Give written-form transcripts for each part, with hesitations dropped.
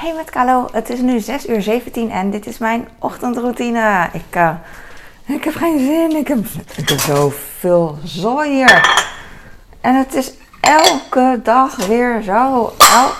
Hey met Carlo, het is nu 6:17 en dit is mijn ochtendroutine. Ik heb geen zin, ik heb zoveel zooi hier. En het is elke dag weer zo.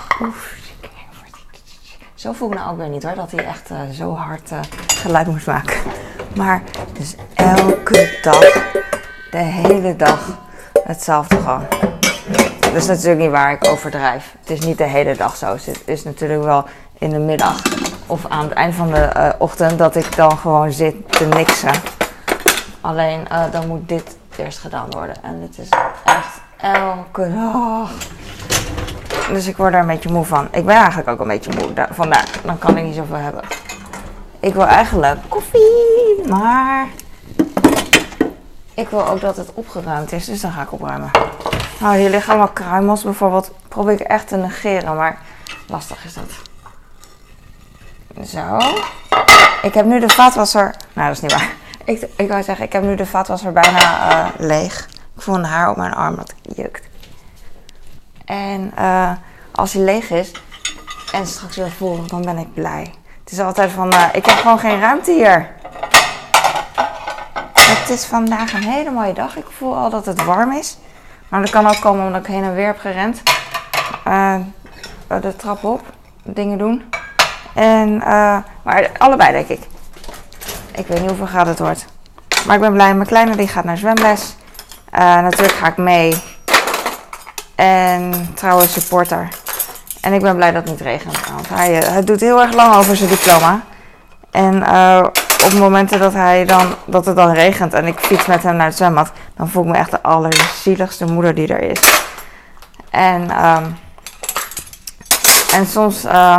Zo voel ik nou ook weer niet hoor, dat hij echt zo hard geluid moest maken. Maar dus elke dag, de hele dag, hetzelfde gewoon. Dat is natuurlijk niet waar, ik overdrijf. Het is niet de hele dag zo. Het is natuurlijk wel in de middag of aan het eind van de ochtend dat ik dan gewoon zit te niksen. Alleen dan moet dit eerst gedaan worden. En dit is echt elke dag. Dus ik word er een beetje moe van. Ik ben eigenlijk ook een beetje moe. Vandaar, dan kan ik niet zoveel hebben. Ik wil eigenlijk koffie, maar ik wil ook dat het opgeruimd is. Dus dan ga ik opruimen. Nou, hier liggen allemaal kruimels bijvoorbeeld. Probeer ik echt te negeren, maar lastig is dat. Zo. Ik heb nu de vaatwasser. Nou, dat is niet waar. Ik wou zeggen, ik heb nu de vaatwasser bijna leeg. Ik voel een haar op mijn arm dat jukt. En als hij leeg is en straks weer vol, dan ben ik blij. Het is altijd van, ik heb gewoon geen ruimte hier. Het is vandaag een hele mooie dag. Ik voel al dat het warm is. Maar dat kan ook komen omdat ik heen en weer heb gerend. De trap op. Dingen doen. Maar allebei denk ik. Ik weet niet hoeveel graden het wordt. Maar ik ben blij. Mijn kleine die gaat naar zwemles. Natuurlijk ga ik mee. En trouwens supporter. En ik ben blij dat het niet regent. Want hij doet heel erg lang over zijn diploma. En op momenten dat het dan regent en ik fiets met hem naar het zwembad, dan voel ik me echt de allerzieligste moeder die er is. En soms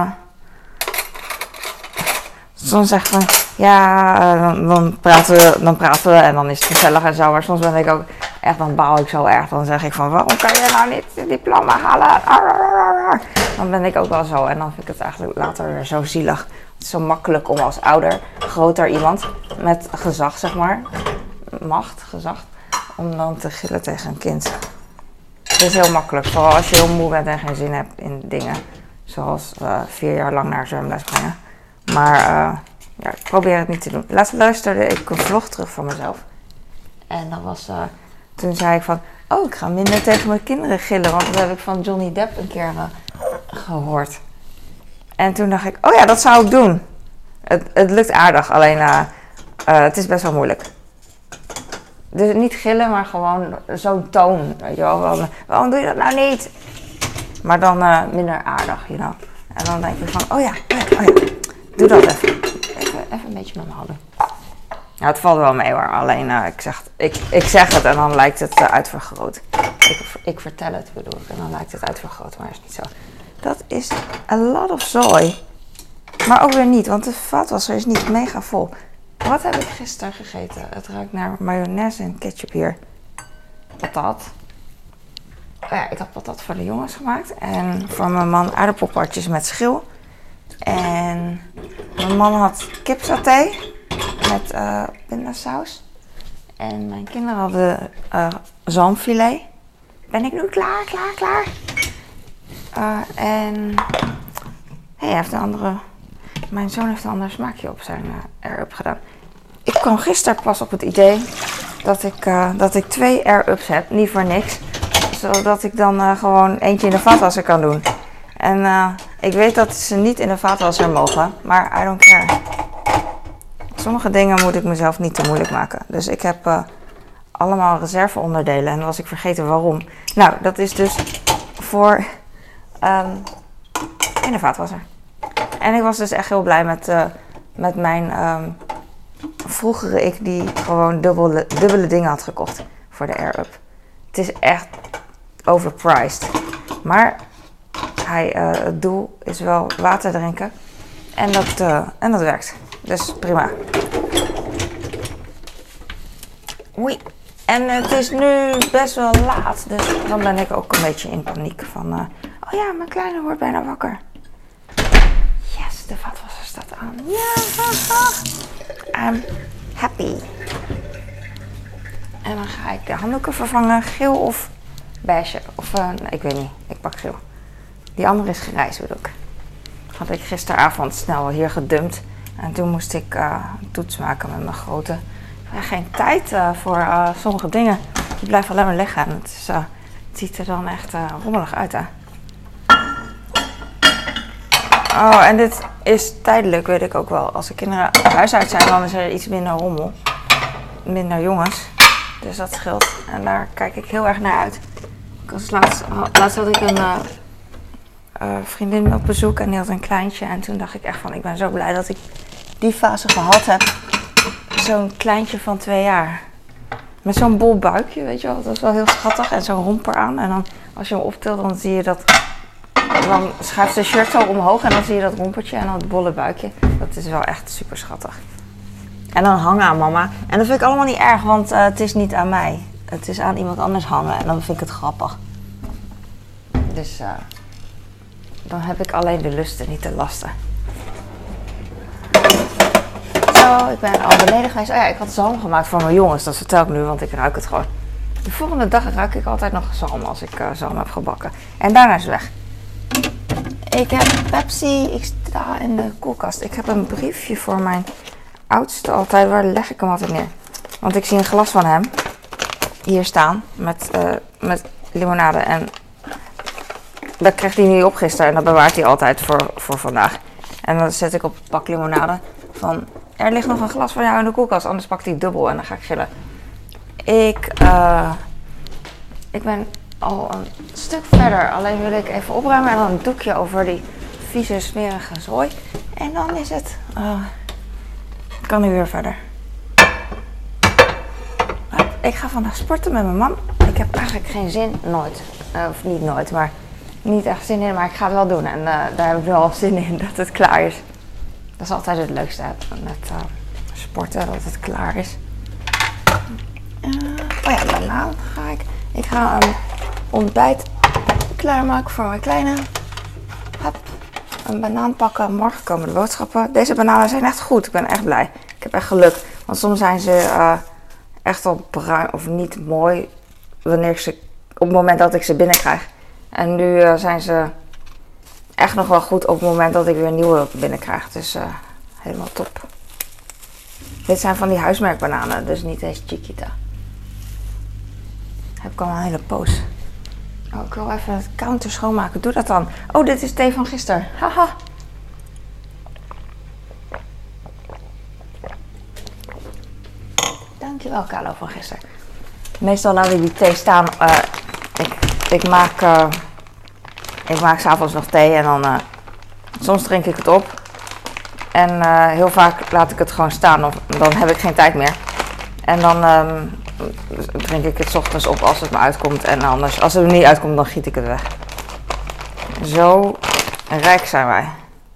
zeg ik van, ja, dan praten we en dan is het gezellig en zo. Maar soms ben ik ook echt, dan baal ik zo erg. Dan zeg ik van, waarom kan je nou niet het diploma halen? Dan ben ik ook wel zo en dan vind ik het eigenlijk later weer zo zielig. Het is zo makkelijk om als ouder, groter iemand met gezag, zeg maar, macht, gezag, om dan te gillen tegen een kind. Het is heel makkelijk, vooral als je heel moe bent en geen zin hebt in dingen. Zoals 4 jaar lang naar zwemles brengen. Maar ja, ik probeer het niet te doen. Laatst luisterde ik een vlog terug van mezelf. En dat was, toen zei ik van, oh, ik ga minder tegen mijn kinderen gillen. Want dat heb ik van Johnny Depp een keer gehoord. En toen dacht ik, oh ja, dat zou ik doen. Het lukt aardig, alleen het is best wel moeilijk. Dus niet gillen, maar gewoon zo'n toon. Weet je wel, waarom doe je dat nou niet? Maar dan minder aardig, you know. En dan denk ik van, oh ja, doe dat even. Even een beetje met mijn handen. Ja, het valt wel mee hoor, alleen ik zeg het en dan lijkt het uitvergroot. Ik vertel het bedoel ik en dan lijkt het uitvergroot, maar is niet zo. Dat is a lot of zooi. Maar ook weer niet, want de vaatwasser is niet mega vol. Wat heb ik gisteren gegeten? Het ruikt naar mayonaise en ketchup hier. Patat. Oh ja, ik had patat voor de jongens gemaakt. En voor mijn man aardappelpartjes met schil. En mijn man had kipsaté met pindasaus. En mijn kinderen hadden zalmfilet. Ben ik nu klaar? En hij heeft mijn zoon heeft een ander smaakje op zijn air-up gedaan. Ik kwam gisteren pas op het idee dat ik 2 air-ups heb, niet voor niks. Zodat ik dan gewoon eentje in de vaatwasser kan doen. En ik weet dat ze niet in de vaatwasser mogen, maar I don't care. Sommige dingen moet ik mezelf niet te moeilijk maken. Dus ik heb allemaal reserveonderdelen en dan was ik vergeten waarom. Nou, dat is dus voor in de vaatwasser. En ik was dus echt heel blij met mijn vroegere ik die gewoon dubbele dingen had gekocht voor de air-up. Het is echt overpriced. Maar het doel is wel water drinken. En dat werkt. Dus prima. Oei. En het is nu best wel laat. Dus dan ben ik ook een beetje in paniek van, oh ja, mijn kleine wordt bijna wakker. Yes, de vaatwasser staat aan. Ja, I'm happy. En dan ga ik de handdoeken vervangen, geel of beige. Of, nee, ik weet niet. Ik pak geel. Die andere is grijs bedoel ik. had ik gisteravond snel hier gedumpt. En toen moest ik een toets maken met mijn grote. Ik heb geen tijd voor sommige dingen. Die blijven alleen maar liggen. En het ziet er dan echt rommelig uit, hè. Oh, en dit is tijdelijk, weet ik ook wel. Als de kinderen huis uit zijn, dan is er iets minder rommel. Minder jongens. Dus dat scheelt. En daar kijk ik heel erg naar uit. Laatst had ik een vriendin op bezoek en die had een kleintje. En toen dacht ik echt van, ik ben zo blij dat ik die fase gehad heb. Zo'n kleintje van 2 jaar. Met zo'n bol buikje, weet je wel. Dat is wel heel schattig. En zo'n romper aan. En dan als je hem optilt, dan zie je dat. Dan schuift de shirt zo omhoog en dan zie je dat rompertje en dan het bolle buikje. Dat is wel echt super schattig. En dan hangen aan mama. En dat vind ik allemaal niet erg, want het is niet aan mij. Het is aan iemand anders hangen en dan vind ik het grappig. Dus dan heb ik alleen de lusten, niet de lasten. Zo, ik ben al beneden geweest. Oh ja, ik had zalm gemaakt voor mijn jongens. Dat vertel ik nu, want ik ruik het gewoon. De volgende dag ruik ik altijd nog zalm als ik zalm heb gebakken. En daarna is het weg. Ik heb Pepsi. Ik sta in de koelkast. Ik heb een briefje voor mijn oudste altijd. Waar leg ik hem altijd neer? Want ik zie een glas van hem hier staan met limonade. En dat kreeg hij nu op gisteren. En dat bewaart hij altijd voor vandaag. En dan zet ik op het pak limonade van... Er ligt nog een glas van jou in de koelkast. Anders pakt hij dubbel en dan ga ik gillen. Ik ben al een stuk verder. Alleen wil ik even opruimen en dan een doekje over die vieze, smerige zooi. En dan is het... kan nu weer verder. Ik ga vandaag sporten met mijn man. Ik heb eigenlijk geen zin, nooit. Of niet nooit, maar niet echt zin in. Maar ik ga het wel doen. En daar heb ik nu al zin in dat het klaar is. Dat is altijd het leukste met sporten, dat het klaar is. Oh ja, banaan ga ik. Ik ga een ontbijt klaarmaken voor mijn kleine. Hop, een banaan pakken. Morgen komen de boodschappen. Deze bananen zijn echt goed. Ik ben echt blij. Ik heb echt geluk. Want soms zijn ze echt al bruin of niet mooi. Wanneer ik ze, op het moment dat ik ze binnenkrijg. En nu zijn ze echt nog wel goed op het moment dat ik weer een nieuwe binnenkrijg. Dus helemaal top. Dit zijn van die huismerkbananen. Dus niet deze Chiquita. Heb ik al een hele poos. Oh, ik wil even het counter schoonmaken. Doe dat dan. Oh, dit is thee van gisteren. Haha. Dankjewel, Carlo, van gisteren. Meestal laat ik die thee staan. Ik maak 's avonds nog thee en dan... soms drink ik het op. En heel vaak laat ik het gewoon staan. Of dan heb ik geen tijd meer. En dan... drink ik het 's ochtends op als het me uitkomt. En anders, als het er niet uitkomt, dan giet ik het weg. Zo rijk zijn wij.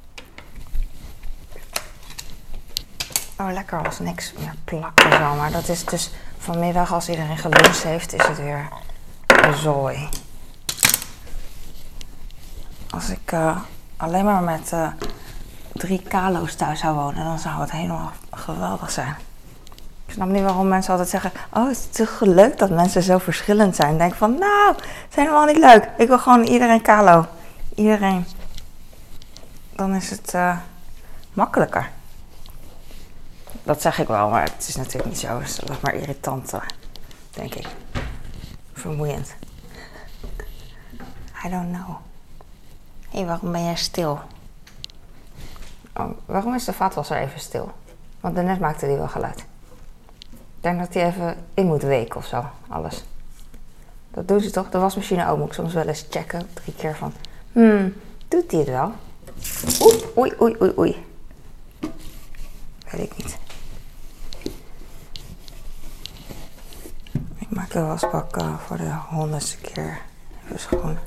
Oh, lekker als niks meer plakt en zo. Maar dat is dus vanmiddag, als iedereen geluncht heeft, is het weer een zooi. Als ik alleen maar met 3 Carlo's thuis zou wonen, dan zou het helemaal geweldig zijn. Ik snap niet waarom mensen altijd zeggen... Oh, het is toch leuk dat mensen zo verschillend zijn. Ik denk van, nou, het is helemaal niet leuk. Ik wil gewoon iedereen Carlo. Iedereen. Dan is het makkelijker. Dat zeg ik wel, maar het is natuurlijk niet zo. Het is wat maar irritant, denk ik. Vermoeiend. I don't know. Hé, waarom ben jij stil? Oh, waarom is de vaatwasser even stil? Want daarnet maakte die wel geluid. Ik denk dat hij even in moet weken of zo, alles. Dat doen ze toch? De wasmachine ook moet ik soms wel eens checken. 3 keer van, doet hij het wel? Oei. Weet ik niet. Ik maak de wasbak voor de 100ste keer even schoon.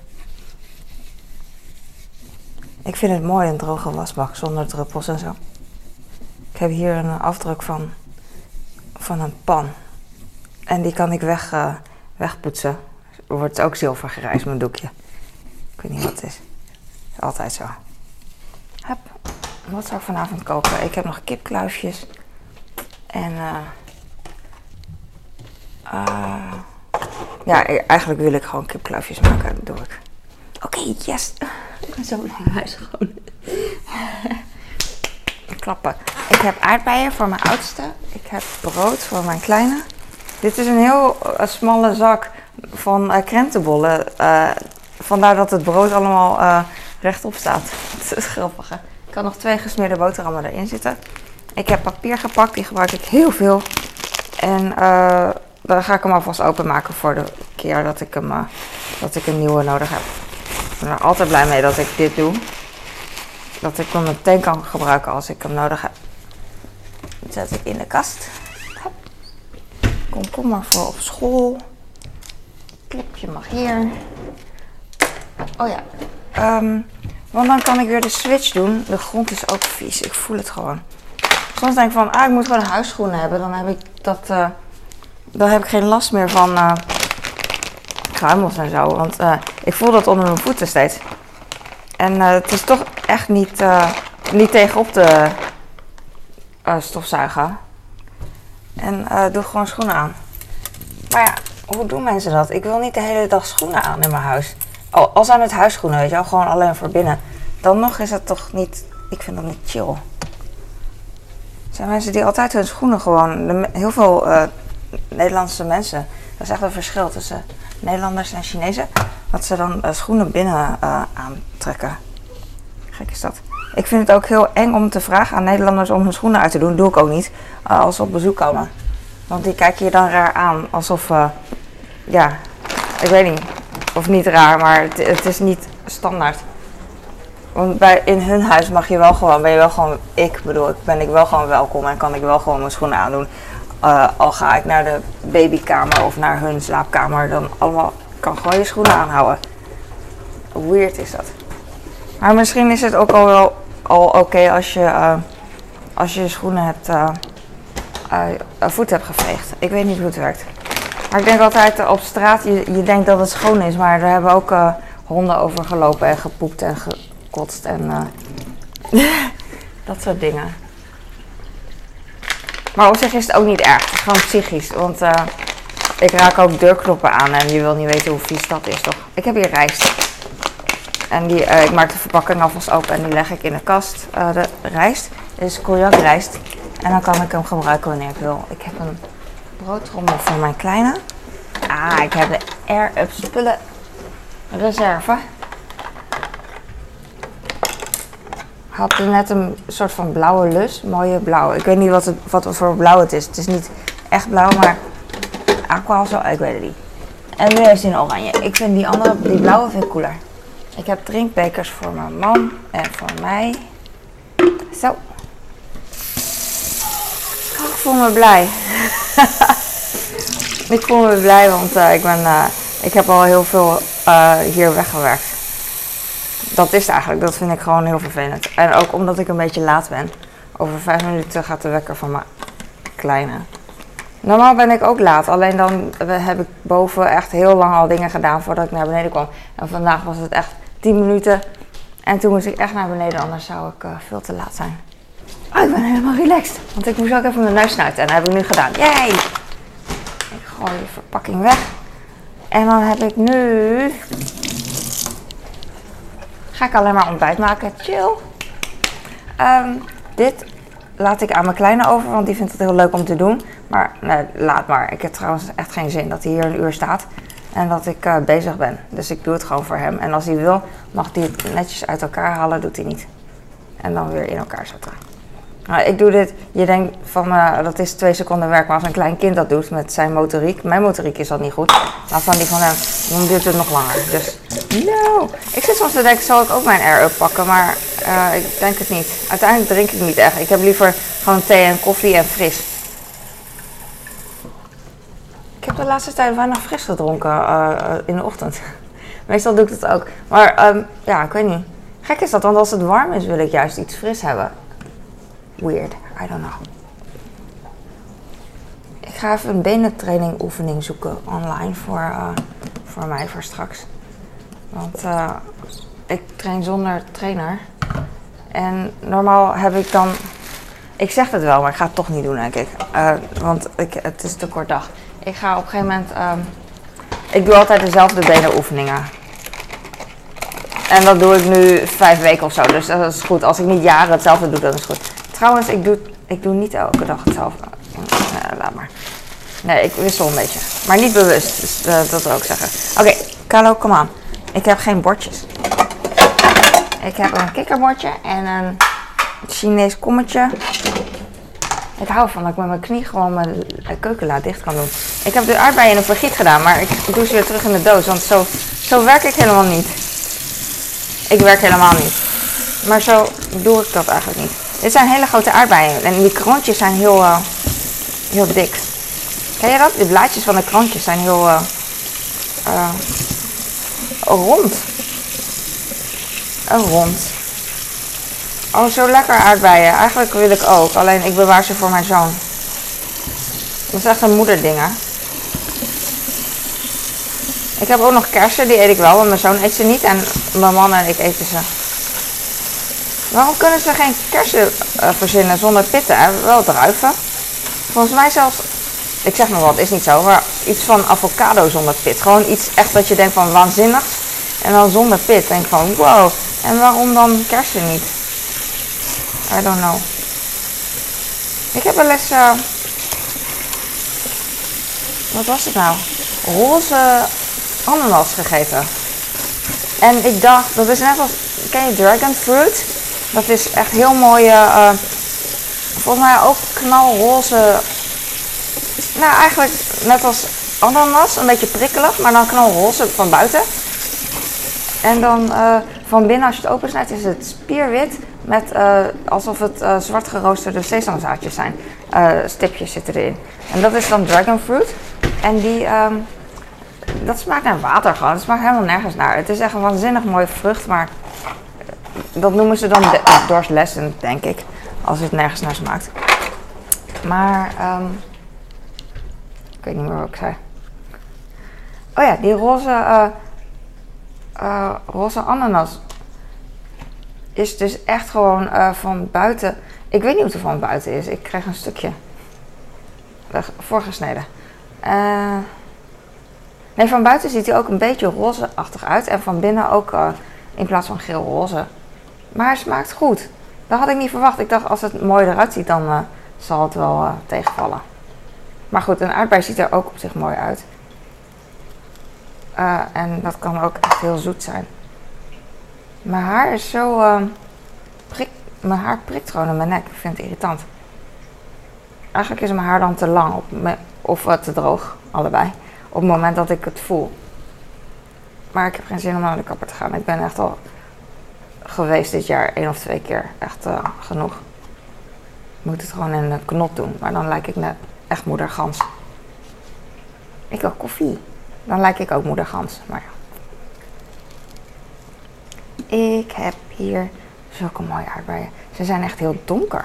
Ik vind het mooi, een droge wasbak zonder druppels en zo. Ik heb hier een afdruk van een pan. En die kan ik wegpoetsen. Wordt ook zilvergrijs, mijn doekje. Ik weet niet wat het is. Altijd zo. Hup. Wat zou ik vanavond koken? Ik heb nog kipkluifjes. En ja, eigenlijk wil ik gewoon kipkluifjes maken. Dat doe ik. Oké, yes. Ik ben zo blij. Hij is gewoon Klappen. Ik heb aardbeien voor mijn oudste. Ik heb brood voor mijn kleine. Dit is een heel smalle zak van krentenbollen. Vandaar dat het brood allemaal rechtop staat. Het is grappig, hè? Ik kan nog 2 gesmeerde boterhammen erin zitten. Ik heb papier gepakt, die gebruik ik heel veel. En dan ga ik hem alvast openmaken voor de keer dat ik een nieuwe nodig heb. Ik ben er altijd blij mee dat ik dit doe. Dat ik hem meteen kan gebruiken als ik hem nodig heb. Dat zet ik in de kast. Komkommer voor op school. Clipje mag hier. Oh ja. Want dan kan ik weer de switch doen. De grond is ook vies. Ik voel het gewoon. Soms denk ik van, ik moet gewoon huisschoenen hebben. Dan heb ik geen last meer van kruimels en zo. Want ik voel dat onder mijn voeten steeds. En het is toch echt niet tegenop te stofzuigen. En doe gewoon schoenen aan. Maar ja, hoe doen mensen dat? Ik wil niet de hele dag schoenen aan in mijn huis. Al zijn het huisschoenen, weet je wel, gewoon alleen voor binnen. Dan nog is het toch niet, ik vind dat niet chill. Er zijn mensen die altijd hun schoenen gewoon, heel veel Nederlandse mensen. Dat is echt een verschil tussen Nederlanders en Chinezen. Dat ze dan schoenen binnen aantrekken. Gek is dat. Ik vind het ook heel eng om te vragen aan Nederlanders om hun schoenen uit te doen. Doe ik ook niet. Als ze op bezoek komen. Want die kijken je dan raar aan. Alsof, ik weet niet. Of niet raar, maar het is niet standaard. Want in hun huis ben je wel gewoon, ben ik wel gewoon welkom en kan ik wel gewoon mijn schoenen aandoen. Al ga ik naar de babykamer of naar hun slaapkamer, dan allemaal kan gewoon je schoenen aanhouden. Weird is dat. Maar misschien is het ook al oké als je schoenen hebt, voet hebt geveegd. Ik weet niet hoe het werkt. Maar ik denk altijd op straat, je denkt dat het schoon is, maar er hebben ook honden over gelopen en gepoept en gekotst en dat soort dingen. Maar op zich is het ook niet erg, het is gewoon psychisch, want ik raak ook deurknoppen aan en je wil niet weten hoe vies dat is, toch? Ik heb hier rijst. En ik maak de verpakking alvast open en die leg ik in de kast. De rijst is cognacrijst en dan kan ik hem gebruiken wanneer ik wil. Ik heb een broodtrommel voor mijn kleine. Ik heb de Air-Up spullen reserve. Ik had net een soort van blauwe lus. Mooie blauwe. Ik weet niet wat voor blauw het is. Het is niet echt blauw, maar aqua of zo. Ik weet het niet. En nu heeft hij een oranje. Ik vind die blauwe vind ik cooler. Ik heb drinkbekers voor mijn man en voor mij. Zo. Ik voel me blij. Ik voel me blij, want ik heb al heel veel hier weggewerkt. Dat is het eigenlijk. Dat vind ik gewoon heel vervelend. En ook omdat ik een beetje laat ben. Over 5 minuten gaat de wekker van mijn kleine. Normaal ben ik ook laat. Alleen dan heb ik boven echt heel lang al dingen gedaan voordat ik naar beneden kwam. En vandaag was het echt 10 minuten. En toen moest ik echt naar beneden, anders zou ik veel te laat zijn. Ik ben helemaal relaxed. Want ik moest ook even mijn neus snuiten. En dat heb ik nu gedaan. Yay! Ik gooi de verpakking weg. En dan heb ik nu... Ga ik alleen maar ontbijt maken. Chill. Dit laat ik aan mijn kleine over, want die vindt het heel leuk om te doen. Maar nee, laat maar. Ik heb trouwens echt geen zin dat hij hier 1 uur staat. En dat ik bezig ben. Dus ik doe het gewoon voor hem. En als hij wil, mag hij het netjes uit elkaar halen. Doet hij niet. En dan weer in elkaar zetten. Nou, ik doe dit. Je denkt van dat is 2 seconden werk. Maar als een klein kind dat doet met zijn motoriek. Mijn motoriek is al niet goed. Laat dan die van hem. Dan duurt het nog langer. Dus no. Ik zit soms te denken, zal ik ook mijn Air-Up pakken? Maar ik denk het niet. Uiteindelijk drink ik niet echt. Ik heb liever gewoon thee en koffie en fris. Ik heb de laatste tijd weinig fris gedronken in de ochtend. Meestal doe ik dat ook. Maar ik weet niet. Gek is dat, want als het warm is wil ik juist iets fris hebben. Weird, I don't know. Ik ga even een benentraining oefening zoeken online voor mij voor straks. Want ik train zonder trainer. En normaal heb ik dan... Ik zeg het wel, maar ik ga het toch niet doen, denk ik. Want het is te kort dag. Ik ga op een gegeven moment... ik doe altijd dezelfde benenoefeningen. En dat doe ik nu 5 weken of zo. Dus dat is goed. Als ik niet jaren hetzelfde doe, dan is het goed. Trouwens, ik doe niet elke dag hetzelfde. Nee, laat maar. Nee, ik wissel een beetje. Maar niet bewust. Dus dat wil ik zeggen. Oké, Carlo, kom aan. Ik heb geen bordjes. Ik heb een kikkerbordje en een Chinees kommetje. Ik hou ervan dat ik met mijn knie gewoon mijn keukenla dicht kan doen. Ik heb de aardbeien in een vergiet gedaan, maar ik doe ze weer terug in de doos. Want zo werk ik helemaal niet. Ik werk helemaal niet. Maar zo doe ik dat eigenlijk niet. Dit zijn hele grote aardbeien. En die kroontjes zijn heel dik. Ken je dat? De blaadjes van de kroontjes zijn heel rond. Rond. Oh, zo lekker aardbeien. Eigenlijk wil ik ook. Alleen ik bewaar ze voor mijn zoon. Dat is echt een moederding, hè. Ik heb ook nog kersen. Die eet ik wel. Want mijn zoon eet ze niet. En mijn man en ik eten ze. Waarom kunnen ze geen kersen verzinnen zonder pitten? Hè? Wel druiven. Volgens mij zelfs... Ik zeg maar wat, is niet zo. Maar iets van avocado zonder pit. Gewoon iets echt dat je denkt van waanzinnig. En dan zonder pit. Denk van wow. En waarom dan kersen niet? I don't know. Ik heb wel eens... wat was het nou? Roze ananas gegeten. En ik dacht, dat is net als... Ken je dragon fruit? Dat is echt heel mooie... volgens mij ook knalroze... Nou, eigenlijk net als ananas. Een beetje prikkelig, maar dan knalroze van buiten. En dan van binnen, als je het opensnijdt, is het spierwit. Met alsof het zwart geroosterde sesamzaadjes zijn. Stipjes zitten erin. En dat is dan dragon fruit. En die... dat smaakt naar water gewoon. Het smaakt helemaal nergens naar. Het is echt een waanzinnig mooie vrucht, maar... Dat noemen ze dan doorslessend, denk ik. Als het nergens naar smaakt. Maar... ik weet niet meer wat ik zei. Oh ja, die roze ananas is dus echt gewoon van buiten. Ik weet niet hoe het van buiten is. Ik kreeg een stukje voorgesneden. Nee, van buiten ziet hij ook een beetje roze-achtig uit. En van binnen ook in plaats van geel-roze. Maar hij smaakt goed. Dat had ik niet verwacht. Ik dacht, als het mooi eruit ziet, dan zal het wel tegenvallen. Maar goed, een aardbei ziet er ook op zich mooi uit. En dat kan ook echt heel zoet zijn. Mijn haar is zo... mijn haar prikt gewoon in mijn nek. Ik vind het irritant. Eigenlijk is mijn haar dan te lang of te droog. Allebei. Op het moment dat ik het voel. Maar ik heb geen zin om naar de kapper te gaan. Ik ben echt al geweest dit jaar 1 of 2 keer. Echt genoeg. Ik moet het gewoon in een knot doen. Maar dan lijk ik net echt moeder Gans. Ik wil koffie. Dan lijk ik ook moeder Gans. Maar ja. Ik heb hier zulke mooie aardbeien. Ze zijn echt heel donker.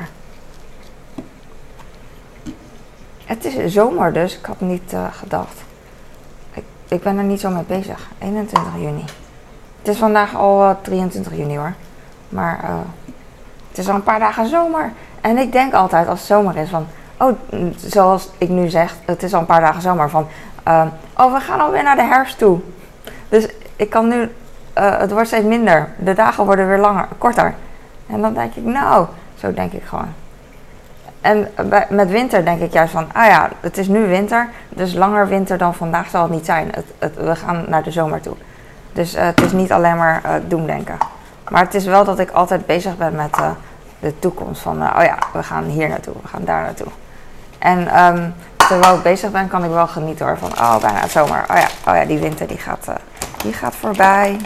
Het is zomer dus. Ik had niet gedacht. Ik ben er niet zo mee bezig. 21 juni. Het is vandaag al 23 juni hoor. Maar het is al een paar dagen zomer. En ik denk altijd als het zomer is van... Oh, zoals ik nu zeg, het is al een paar dagen zomer van... oh, we gaan alweer naar de herfst toe. Dus ik kan nu... het wordt steeds minder. De dagen worden weer korter. En dan denk ik, nou... Zo denk ik gewoon. En met winter denk ik juist van... Ah ja, het is nu winter. Dus langer winter dan vandaag zal het niet zijn. We gaan naar de zomer toe. Dus het is niet alleen maar doemdenken. Maar het is wel dat ik altijd bezig ben met de toekomst. Van, oh ja, we gaan hier naartoe. We gaan daar naartoe. En terwijl ik bezig ben, kan ik wel genieten hoor. Van, oh, bijna het zomer. Oh ja, die winter die gaat voorbij.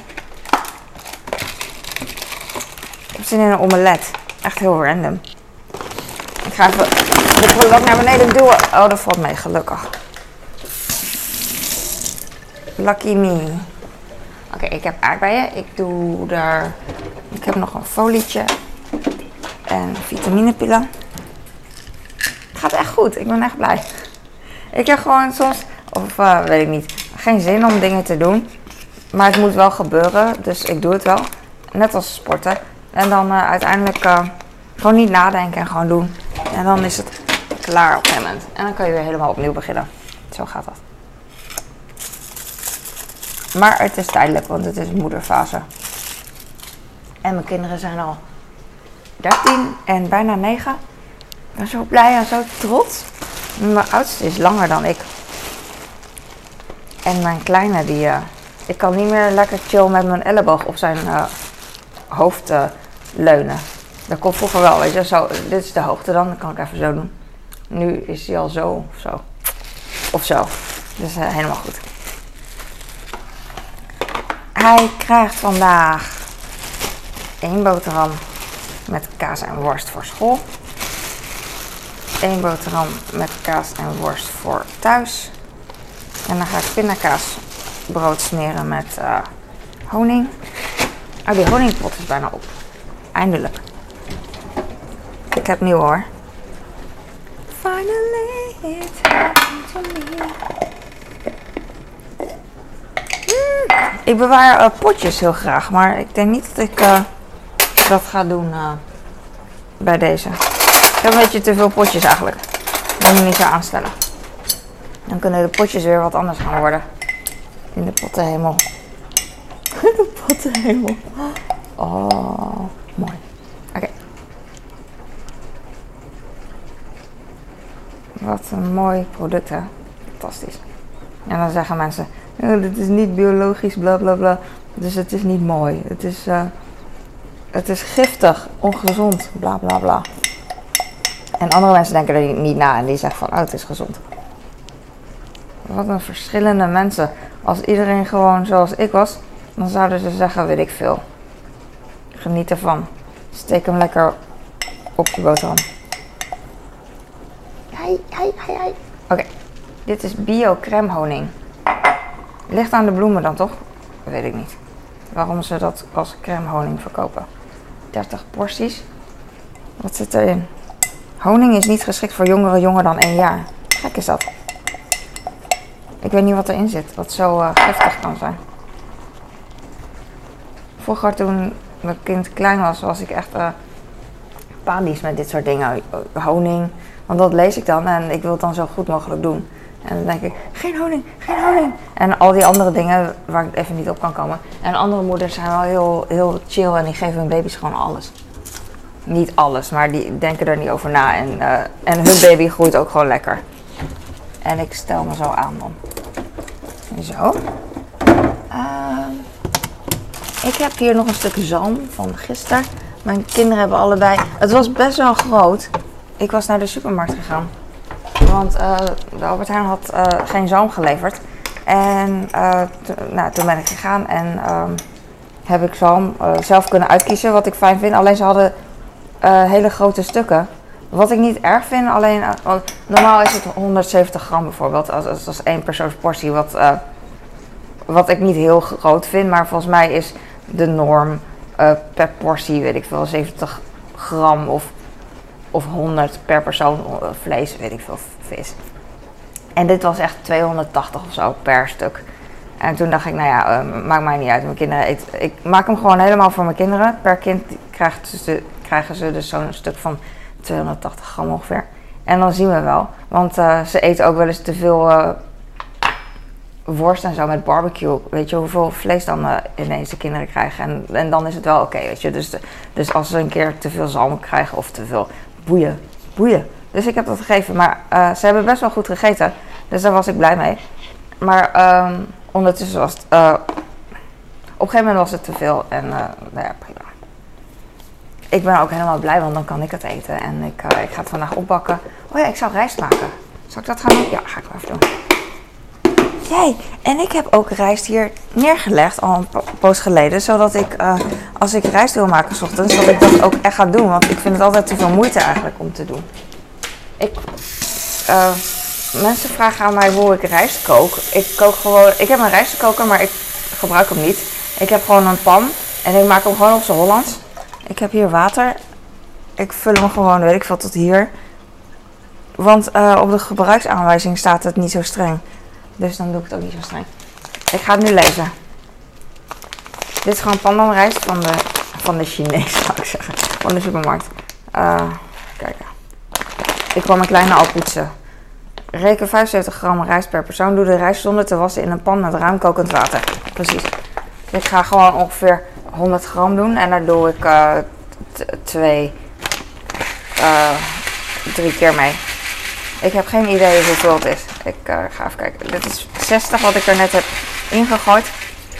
Ik heb zin in een omelet. Echt heel random. Ik ga even de prullenbak naar beneden duwen. Oh, dat valt mee, gelukkig. Lucky me. Oké, ik heb aardbeien. Ik heb nog een folietje. En vitaminepillen. Het gaat echt goed. Ik ben echt blij. Ik heb gewoon soms, of weet ik niet, geen zin om dingen te doen. Maar het moet wel gebeuren. Dus ik doe het wel. Net als sporten. En dan uiteindelijk gewoon niet nadenken en gewoon doen. En dan is het klaar op een gegeven moment. En dan kan je weer helemaal opnieuw beginnen. Zo gaat dat. Maar het is tijdelijk, want het is moederfase. En mijn kinderen zijn al 13 en bijna 9. Ik ben zo blij en zo trots. Mijn oudste is langer dan ik. En mijn kleine, ik kan niet meer lekker chill met mijn elleboog op zijn hoofd leunen. Dat kon vroeger wel, weet je. Zo, dit is de hoogte dan kan ik even zo doen. Nu is hij al zo of zo. Of zo. Dus helemaal goed. Hij krijgt vandaag 1 boterham met kaas en worst voor school. 1 boterham met kaas en worst voor thuis. En dan ga ik pindakaasbrood smeren met honing. Oh, die honingpot is bijna op. Eindelijk. Ik heb nieuw hoor. Finally it happened to me. Ik bewaar potjes heel graag, maar ik denk niet dat ik dat ga doen bij deze. Ik heb een beetje te veel potjes eigenlijk. Dat moet je niet zo aanstellen. Dan kunnen de potjes weer wat anders gaan worden. In de pottenhemel. De pottenhemel. Oh, mooi. Oké. Wat een mooi product, hè. Fantastisch. En dan zeggen mensen, dit is niet biologisch, bla bla bla. Dus het is niet mooi. Het is giftig, ongezond, bla bla bla. En andere mensen denken er niet na en die zeggen van, oh, het is gezond. Wat een verschillende mensen. Als iedereen gewoon zoals ik was, dan zouden ze zeggen, weet ik veel. Geniet ervan. Steek hem lekker op je boterham. Hai. Oké, dit is bio crème honing. Ligt aan de bloemen dan toch? Weet ik niet. Waarom ze dat als crème honing verkopen. 30 porties. Wat zit erin? Honing is niet geschikt voor jongeren jonger dan 1 jaar. Gek is dat. Ik weet niet wat erin zit, wat zo giftig kan zijn. Vroeger toen mijn kind klein was ik echt panisch met dit soort dingen. Honing, want dat lees ik dan en ik wil het dan zo goed mogelijk doen. En dan denk ik, geen honing, geen honing. En al die andere dingen waar ik even niet op kan komen. En andere moeders zijn wel heel chill en die geven hun baby's gewoon alles. Niet alles, maar die denken er niet over na. En hun baby groeit ook gewoon lekker. En ik stel me zo aan dan. Zo. Ik heb hier nog een stuk zalm van gisteren. Mijn kinderen hebben allebei... Het was best wel groot. Ik was naar de supermarkt gegaan. Want de Albert Heijn had geen zalm geleverd. En toen ben ik gegaan en heb ik zalm zelf kunnen uitkiezen wat ik fijn vind. Alleen ze hadden hele grote stukken. Wat ik niet erg vind, alleen normaal is het 170 gram bijvoorbeeld. Dat is 1 persoons portie, wat ik niet heel groot vind. Maar volgens mij is de norm per portie, weet ik veel, 70 gram of 100 per persoon vlees, weet ik veel, vis. En dit was echt 280 of zo per stuk. En toen dacht ik, nou ja, maakt mij niet uit. Mijn kinderen eten. Ik maak hem gewoon helemaal voor mijn kinderen. Per kind krijgen ze dus zo'n stuk van 280 gram ongeveer. En dan zien we wel. Want ze eten ook wel eens te veel worst en zo met barbecue. Weet je hoeveel vlees dan ineens de kinderen krijgen. En dan is het wel oké, weet je. Dus als ze een keer te veel zalm krijgen of te veel boeien. Dus ik heb dat gegeven. Maar ze hebben best wel goed gegeten. Dus daar was ik blij mee. Maar ondertussen was het... op een gegeven moment was het te veel. En nou ja, prima. Ik ben ook helemaal blij, want dan kan ik het eten. En ik ga het vandaag opbakken. Oh ja, ik zou rijst maken. Zal ik dat gaan doen? Ja, ga ik wel even doen. Jee, en ik heb ook rijst hier neergelegd al een poos geleden. Zodat ik, als ik rijst wil maken 's ochtends, dat ik dat ook echt ga doen. Want ik vind het altijd te veel moeite eigenlijk om te doen. Mensen vragen aan mij hoe ik rijst kook. Ik kook gewoon... Ik heb een rijstkoker, maar ik gebruik hem niet. Ik heb gewoon een pan en ik maak hem gewoon op z'n Hollands. Ik heb hier water. Ik vul hem gewoon, weet ik veel, tot hier. Want op de gebruiksaanwijzing staat het niet zo streng. Dus dan doe ik het ook niet zo streng. Ik ga het nu lezen. Dit is gewoon pandanrijst van de Chinees, zou ik zeggen. Van de supermarkt. Kijk. Ik kwam een kleine al poetsen. Reken 75 gram rijst per persoon. Doe de rijst zonder te wassen in een pan met ruim kokend water. Precies. Ik ga gewoon ongeveer 100 gram doen. En daar doe ik 3 keer mee. Ik heb geen idee hoeveel het is. Ik ga even kijken. Dit is 60 wat ik er net heb ingegooid.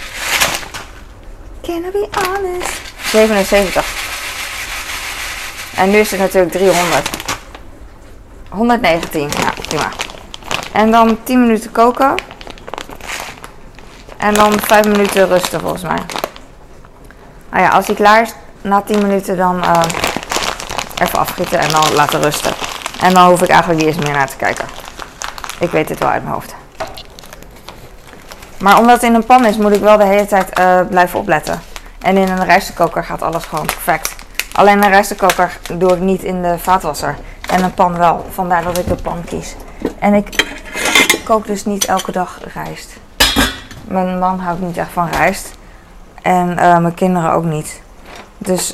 Can I be honest? 77. En nu is het natuurlijk 300. 119. Ja, prima. En dan 10 minuten koken. En dan 5 minuten rusten volgens mij. Nou ja, als die klaar is, na 10 minuten dan even afgieten en dan laten rusten. En dan hoef ik eigenlijk niet eens meer naar te kijken. Ik weet het wel uit mijn hoofd. Maar omdat het in een pan is, moet ik wel de hele tijd blijven opletten. En in een rijstkoker gaat alles gewoon perfect. Alleen een rijstkoker doe ik niet in de vaatwasser. En een pan wel. Vandaar dat ik de pan kies. En ik kook dus niet elke dag rijst. Mijn man houdt niet echt van rijst. En mijn kinderen ook niet. Dus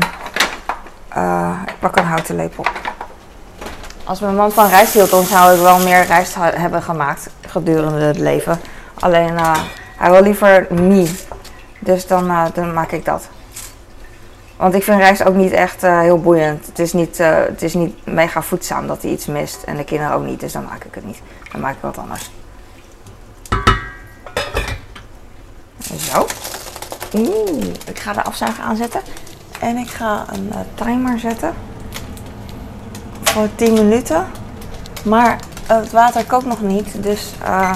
ik pak een houten lepel. Als mijn man van rijst hield, dan zou ik wel meer rijst hebben gemaakt gedurende het leven. Alleen hij wil liever niet. Dus dan maak ik dat. Want ik vind rijst ook niet echt heel boeiend. Het is niet mega voedzaam dat hij iets mist. En de kinderen ook niet, dus dan maak ik het niet. Dan maak ik wat anders. Zo. Ik ga de afzuiger aanzetten. En ik ga een timer zetten. Voor 10 minuten. Maar het water kookt nog niet. Dus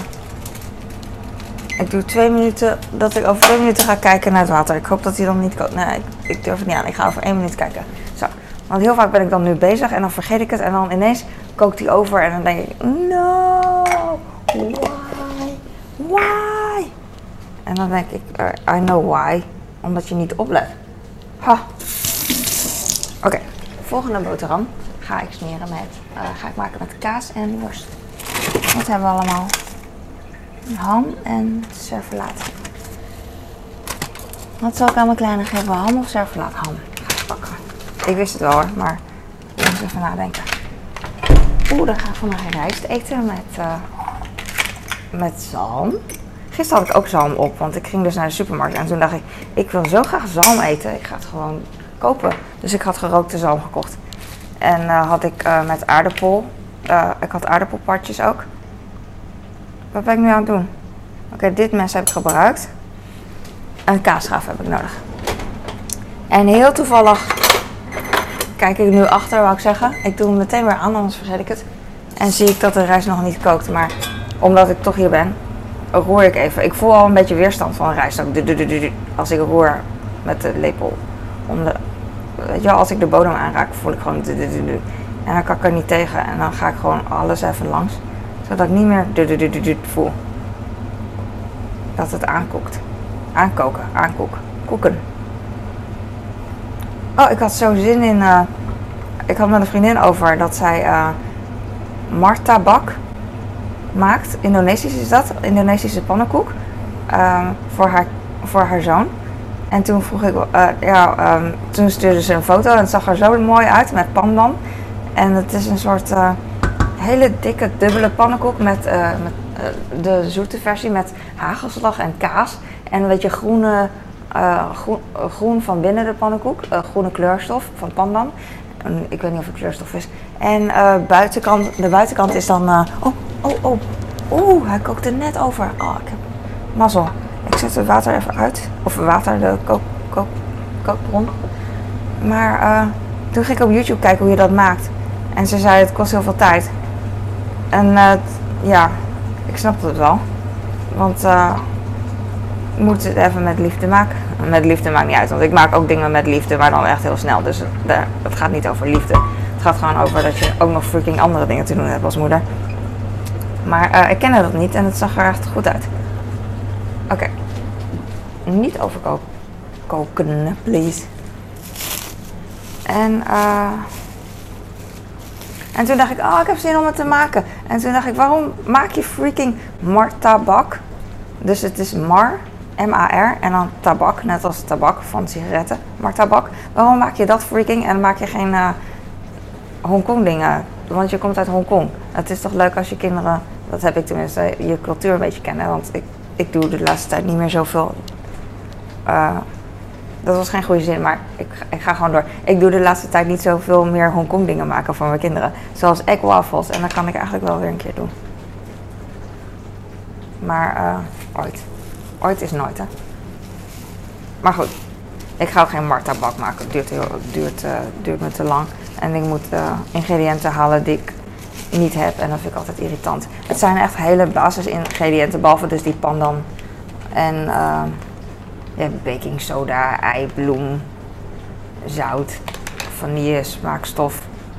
ik doe 2 minuten. Dat ik over 2 minuten ga kijken naar het water. Ik hoop dat hij dan niet kookt. Nee, ik durf het niet aan. Ik ga over 1 minuut kijken. Zo. Want heel vaak ben ik dan nu bezig. En dan vergeet ik het. En dan ineens kookt hij over. En dan denk ik, no. Why? En dan denk ik, I know why. Omdat je niet oplet. Ha. Oké. Volgende boterham ga ik smeren met, ga ik maken met kaas en worst. Wat hebben we allemaal? Ham en servelaat. Wat zal ik aan mijn kleine geven? Ham of servelaat? Ham. Ga ik pakken. Ik wist het wel hoor, maar ik moet even nadenken. Dan ga ik vandaag rijst eten met zalm. Gisteren had ik ook zalm op, want ik ging dus naar de supermarkt. En toen dacht ik wil zo graag zalm eten. Ik ga het gewoon kopen. Dus ik had gerookte zalm gekocht. En had ik met aardappel. Ik had aardappelpartjes ook. Wat ben ik nu aan het doen? Oké, dit mes heb ik gebruikt. Een kaasschaaf heb ik nodig. En heel toevallig kijk ik nu achter, wou ik zeggen. Ik doe hem meteen weer aan, anders vergeet ik het. En zie ik dat de rijst nog niet kookt. Maar omdat ik toch hier ben, roer ik even. Ik voel al een beetje weerstand van rijst. Als ik roer met de lepel. Weet je wel, als ik de bodem aanraak, voel ik gewoon. En dan kan ik er niet tegen. En dan ga ik gewoon alles even langs. Zodat ik niet meer voel. Dat het aankookt. Koeken. Oh, ik had zo zin in. Ik had met een vriendin over dat zij martabak maakt. Indonesisch is dat. Indonesische pannenkoek. Voor haar zoon. En toen vroeg ik, toen stuurde ze een foto en het zag er zo mooi uit met pandan. En het is een soort hele dikke dubbele pannenkoek met de zoete versie met hagelslag en kaas. En een beetje groen van binnen de pannenkoek, groene kleurstof van pandan. Ik weet niet of het kleurstof is. En de buitenkant is dan, hij kookte net over. Oh, ik heb mazzel. Ik zet het water even uit. Of water, de kookbron. Maar toen ging ik op YouTube kijken hoe je dat maakt. En ze zei het kost heel veel tijd. En ik snapte het wel. Want je moet het even met liefde maken. Met liefde maakt niet uit, want ik maak ook dingen met liefde, maar dan echt heel snel. Dus het gaat niet over liefde. Het gaat gewoon over dat je ook nog freaking andere dingen te doen hebt als moeder. Maar ik kende dat niet en het zag er echt goed uit. Oké. Niet overkoken, please. En toen dacht ik, ik heb zin om het te maken. En toen dacht ik, waarom maak je freaking martabak? Dus het is M-A-R en dan tabak, net als tabak van sigaretten. Martabak. Waarom maak je dat freaking en dan maak je geen Hongkong dingen? Want je komt uit Hongkong. Het is toch leuk als je kinderen, dat heb ik tenminste, je cultuur een beetje kennen. Want ik doe de laatste tijd niet meer zoveel Dat was geen goede zin, maar ik ga gewoon door. Ik doe de laatste tijd niet zoveel meer Hongkong dingen maken voor mijn kinderen. Zoals egg waffles. En dat kan ik eigenlijk wel weer een keer doen. Maar ooit. Ooit is nooit, hè. Maar goed. Ik ga ook geen Marta-bak maken. Het duurt me te lang. En ik moet ingrediënten halen die ik niet heb. En dat vind ik altijd irritant. Het zijn echt hele basisingrediënten. Behalve dus die pandan. En baking soda, ei, bloem, zout, vanille, smaakstof,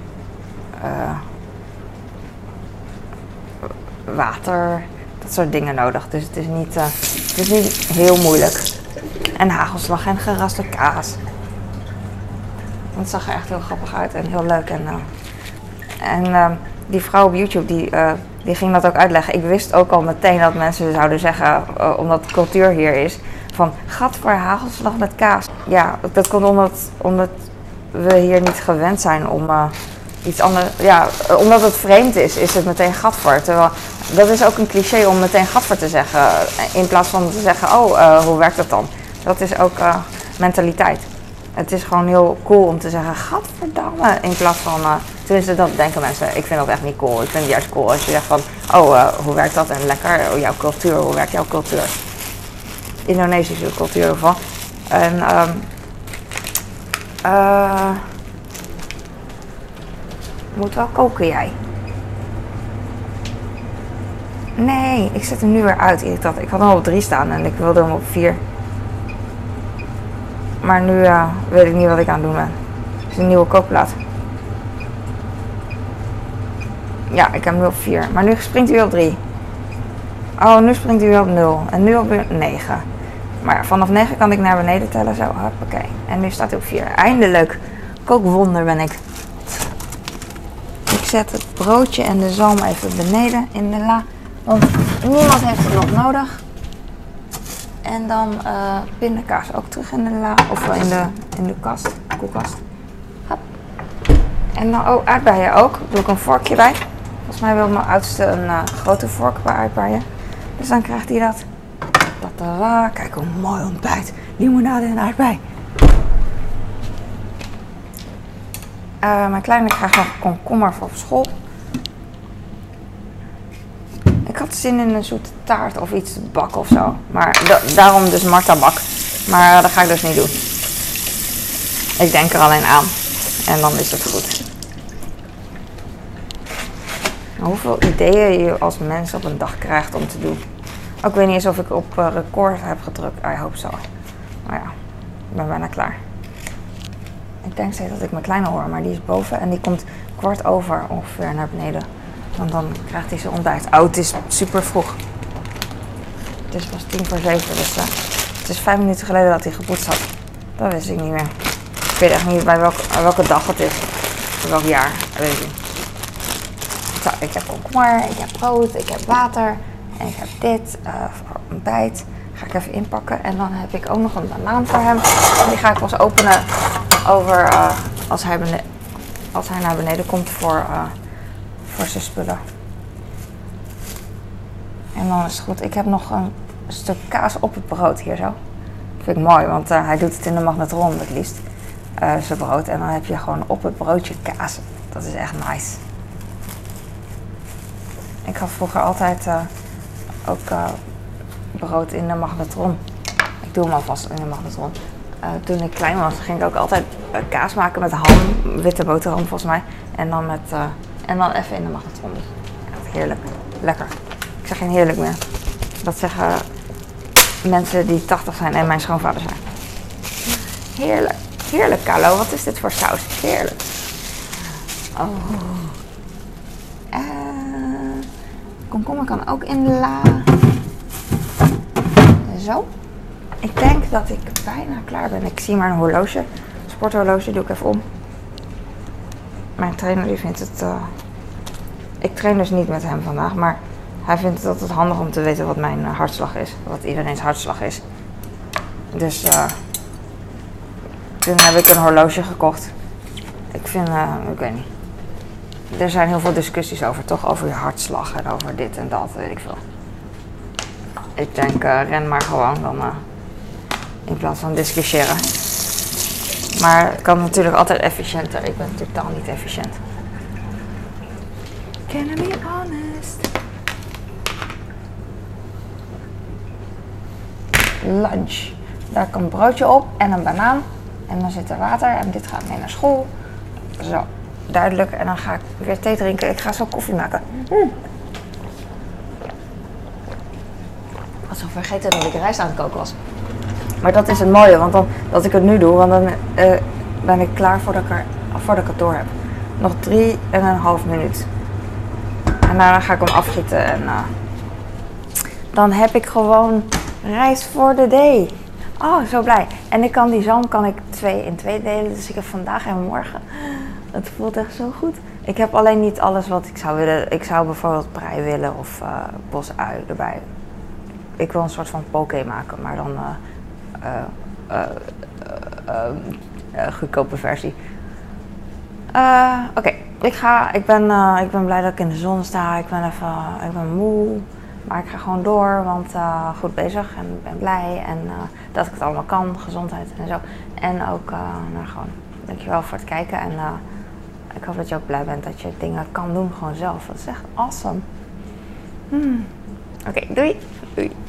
water, dat soort dingen nodig. Dus het is niet heel moeilijk. En hagelslag en geraste kaas. Het zag er echt heel grappig uit en heel leuk. En die vrouw op YouTube die ging dat ook uitleggen. Ik wist ook al meteen dat mensen zouden zeggen, omdat het cultuur hier is, van gat voor hagelslag met kaas. Ja, dat komt omdat we hier niet gewend zijn om iets anders. Ja, omdat het vreemd is het meteen gatver. Terwijl dat is ook een cliché om meteen gatver te zeggen. In plaats van te zeggen, hoe werkt dat dan? Dat is ook mentaliteit. Het is gewoon heel cool om te zeggen, gadverdamme. In plaats van, tenminste dat denken mensen. Ik vind dat echt niet cool. Ik vind het juist cool als je zegt van, hoe werkt dat? En lekker, jouw cultuur, hoe werkt jouw cultuur? Indonesische cultuur ervan. En moet wel koken jij. Nee, ik zet hem nu weer uit. Ik had hem op 3 staan en ik wilde hem op 4. Maar nu weet ik niet wat ik aan het doen ben. Het is een nieuwe kookplaat. Ja, ik heb hem nu op 4. Maar nu springt hij weer op 3. Oh, nu springt hij weer op 0. En nu op 9. Maar ja, vanaf 9 kan ik naar beneden tellen. Zo, hoppakee. En nu staat hij op 4. Eindelijk. Kookwonder ben ik. Ik zet het broodje en de zalm even beneden in de la. Want niemand heeft het nog nodig. En dan pindakaas ook terug in de la. Of in de kast. Koelkast. Hop. En dan aardbeien ook. Doe ik een vorkje bij. Volgens mij wil mijn oudste een grote vork bij aardbeien. Dus dan krijgt hij dat. Tadaa. Kijk hoe mooi ontbijt. Limonade en aardbei. Mijn kleine krijgt nog komkommer voor op school. Ik had zin in een zoete taart of iets te bakken of zo. Maar daarom dus Marta-bak. Maar dat ga ik dus niet doen. Ik denk er alleen aan. En dan is het goed. Hoeveel ideeën je als mens op een dag krijgt om te doen. Ook weet niet eens of ik op record heb gedrukt. I hope so. Maar ja, ik ben bijna klaar. Ik denk steeds dat ik mijn kleine hoor, maar die is boven en die komt 15:15 ongeveer naar beneden. Want dan krijgt hij zijn ontbijt. Het is super vroeg. Het is pas 6:50, dus het is 5 minuten geleden dat hij gepoetst had. Dat wist ik niet meer. Ik weet echt niet bij welke dag het is. Welk jaar, dat weet ik niet. Zo, ik heb komkommer, ik heb brood, ik heb water en ik heb dit voor ontbijt. Ga ik even inpakken en dan heb ik ook nog een banaan voor hem. En die ga ik pas openen als hij naar beneden komt voor zijn spullen. En dan is het goed. Ik heb nog een stuk kaas op het brood hier zo. Vind ik mooi, want hij doet het in de magnetron het liefst. Zijn brood. En dan heb je gewoon op het broodje kaas. Dat is echt nice. Ik had vroeger altijd ook brood in de magnetron. Ik doe hem alvast in de magnetron. Toen ik klein was, ging ik ook altijd kaas maken met ham, witte boterham volgens mij. En dan even in de magnetron. Echt heerlijk. Lekker. Ik zeg geen heerlijk meer. Dat zeggen mensen die 80 zijn en mijn schoonvader zijn. Heerlijk. Heerlijk, Carlo. Wat is dit voor saus? Heerlijk. Oh. Komkommer kan ook in de la. Zo. Ik denk dat ik bijna klaar ben. Ik zie maar een horloge. Sporthorloge doe ik even om. Mijn trainer die vindt het... Ik train dus niet met hem vandaag, maar hij vindt het altijd handig om te weten wat mijn hartslag is. Wat iedereen's hartslag is. Dus toen heb ik een horloge gekocht. Ik weet niet. Er zijn heel veel discussies over, toch? Over je hartslag en over dit en dat, weet ik veel. Ik denk, ren maar gewoon dan... in plaats van discussiëren. Maar het kan natuurlijk altijd efficiënter. Ik ben totaal niet efficiënt. Can I be honest? Lunch. Daar komt een broodje op en een banaan. En dan zit er water en dit gaat mee naar school. Zo, duidelijk. En dan ga ik weer thee drinken. Ik ga zo koffie maken. Ik was zo vergeten dat ik rijst aan het koken was. Maar dat is het mooie, want dan, dat ik het nu doe, want dan ben ik klaar voordat ik het door heb. Nog 3,5 minuut. En daarna ga ik hem afgieten en dan heb ik gewoon rijst voor de day. Oh, zo blij. En ik kan die zalm kan ik 2 in 2 delen, dus ik heb vandaag en morgen. Het voelt echt zo goed. Ik heb alleen niet alles wat ik zou willen. Ik zou bijvoorbeeld prei willen of bosui erbij. Ik wil een soort van poké maken, maar dan goedkope versie. Oké, ik ben blij dat ik in de zon sta. Ik ben moe, maar ik ga gewoon door, want goed bezig en ik ben blij en dat ik het allemaal kan, gezondheid en zo. En ook, nou gewoon, dankjewel voor het kijken en ik hoop dat je ook blij bent dat je dingen kan doen gewoon zelf. Dat is echt awesome. Oké, doei!